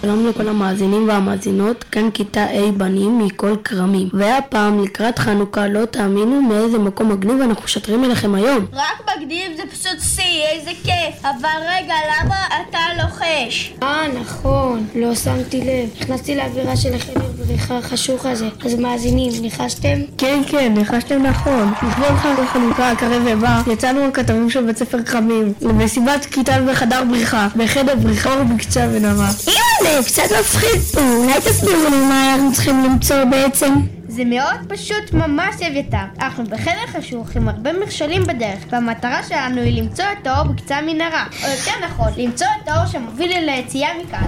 שלום לכל המאזינים והמאזינות, כאן כיתה A בנים מכל קרמים. והפעם לקראת חנוכה לא תאמינו מאיזה מקום מגניב אנחנו שטרים אליכם היום. רק מגניב זה פשוט איזה כיף. אבל רגע, למה אתה לוחש? נכון, לא שמתי לב. נכנסתי לאווירה של החדר בריחה החשוך הזה. אז מאזינים, ניחשתם? כן, ניחשתם נכון. לכבוד חג החנוכה הקרב ובא, יצאנו הכתבים של בית ספר קרמים למסיבת כיתה בחדר בריחה, בחדר בריחה ובקצה ונראה. אימא'לה, קצת מפחיד פה. אולי תסבירו לי מה אנחנו צריכים למצוא בעצם? זה מאוד פשוט ממש אביתר. אנחנו בחדר חשוך עם הרבה מכשולים בדרך, והמטרה שלנו היא למצוא את האור בקצה המנהרה, או יותר נכון, למצוא את האור שמוביל אל היציאה מכאן.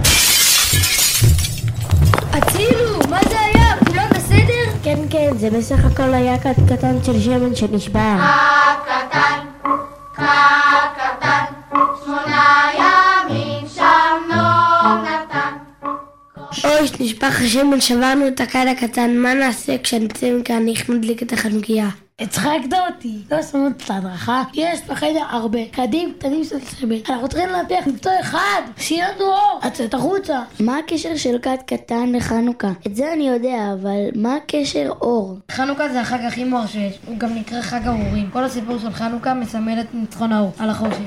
הצילו, מה זה היה? כולם בסדר? כן, זה בסך הכל היה קטן של שמן שנשבר. קטן, 8 ימים שם נתן. אוי, נשפך השמן, שברנו את הכד הקטן. מה נעשה כשנצא מכאן? איך נדליק את החנוכיה? הצחקת אותי, לא שמות את ההדרכה. יש בחדר הרבה קדים קטנים של שמן. אנחנו צריכים להפיח למצוא אחד, שיהיה לנו אור. הצאת החוצה. מה הקשר של כד קטן לחנוכה? את זה אני יודע, אבל מה הקשר אור? חנוכה זה החג הכי מואר שיש, הוא גם נקרא חג האורים. כל הסיפור של חנוכה מסמל את ניצחון האור על החושך.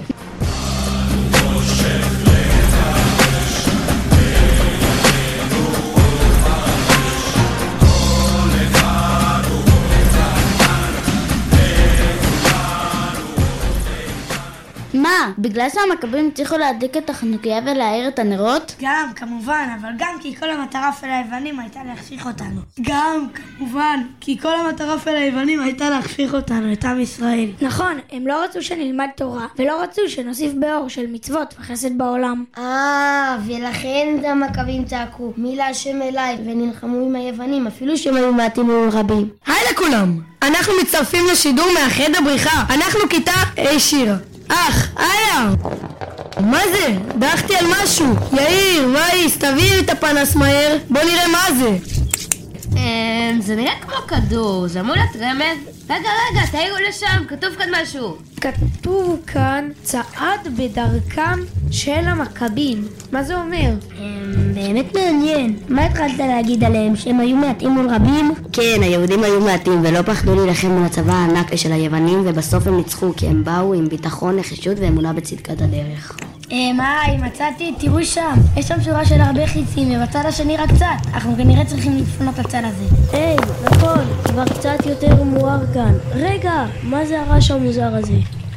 מה? בגלל שהמכבים הצליחו להדליק את החנוכיה ולהאיר את הנרות? גם, כמובן, אבל גם כי כל המטרה של היוונים הייתה להחשיך אותנו. גם, כמובן, כי כל המטרה של היוונים הייתה להחשיך אותנו, את עם ישראל. נכון, הם לא רצו שנלמד תורה, ולא רצו שנוסיף באור של מצוות וחסד בעולם. ולכן המכבים צעקו, מי להשם אליי, ונלחמו עם היוונים, אפילו שהם היו מעטים רבים. היי לכולם, אנחנו מצטרפים לשידור מהחדר בריחה. אנחנו כיתה A שיר. איה! מה זה? דחתי על משהו. יאיר, וייס, תביאי את הפנס מהר. בוא נראה מה זה. זה נראה כמו כדור, זה אמור להיות רמז? רגע, תעירו לשם, כתוב כאן משהו. כתוב כאן צעד בדרכם של המכבים. מה זה אומר? באמת מעניין. מה התחלת להגיד עליהם? שהם היו מעטים מול רבים? כן, היהודים היו מעטים ולא פחדו להילחם מול הצבא הענק של היוונים, ובסוף הם ניצחו כי הם באו עם ביטחון, נחישות ואמונה בצדקת הדרך. מצאתי, תראו שם. יש שם שורה של הרבה חיצים, ובצד השני רק קצת. אנחנו כנראה צריכים לפנות לצד הזה. נכון, כבר קצת יותר מואר כאן. רגע, מה זה הרעש המוזר הזה?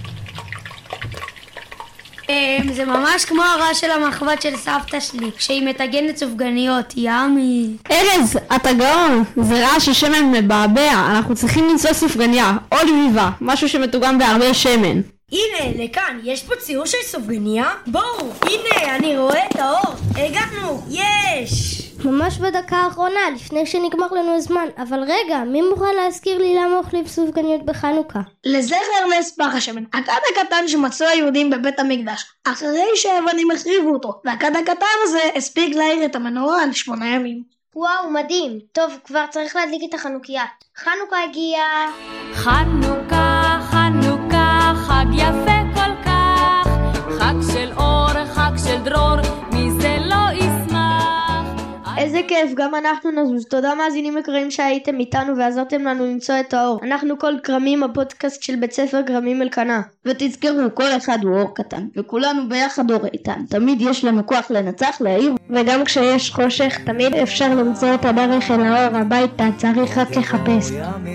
זה ממש כמו הרעש של המחבת של סבתא שלי, כשהיא מטגנת סופגניות, ימי. ארז, אתה גאון. זה רעש ששמן מבעבע. אנחנו צריכים למצוא סופגניה, או לביבה, משהו שמתוגם בהרבה שמן. הנה, לכאן, יש פה ציור של סופגניה? בואו, הנה, אני רואה את האור. הגענו, יש! ממש בדקה האחרונה, לפני שנגמר לנו הזמן. אבל רגע, מי מוכן להזכיר לי למה אוכלים סופגניות בחנוכה? לזכר נס פח השמן, הכד הקטן שמצאו היהודים בבית המקדש, אחרי שהיוונים החריבו אותו, והכד הקטן הזה הספיק להאיר את המנורה על 8 ימים. וואו, מדהים. טוב, כבר צריך להדליק את החנוכיה. חנוכה הגיע. חנוכה, חג יפה כל כך, חג של אור, חג של דרור, מי זה לא ישמח. איזה כיף, גם אנחנו נזוז. תודה מאזינים יקרים שהייתם איתנו ועזרתם לנו למצוא את האור. אנחנו כל קרמים, הפודקאסט של בית ספר קרמים אלקנה. ותזכרו, כל אחד הוא אור קטן, וכולנו ביחד אור איתן. תמיד יש לנו כוח לנצח, להעיר. וגם כשיש חושך, תמיד אפשר למצוא את הדרך אל האור הביתה, צריך רק לחפש.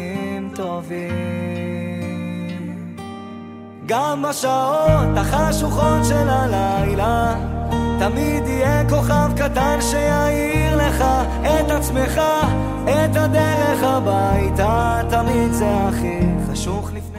גם בשעות החשוכות של הלילה תמיד יהיה כוכב קטן שיעיר לך את עצמך, את הדרך הביתה. תמיד זה הכי חשוך לפני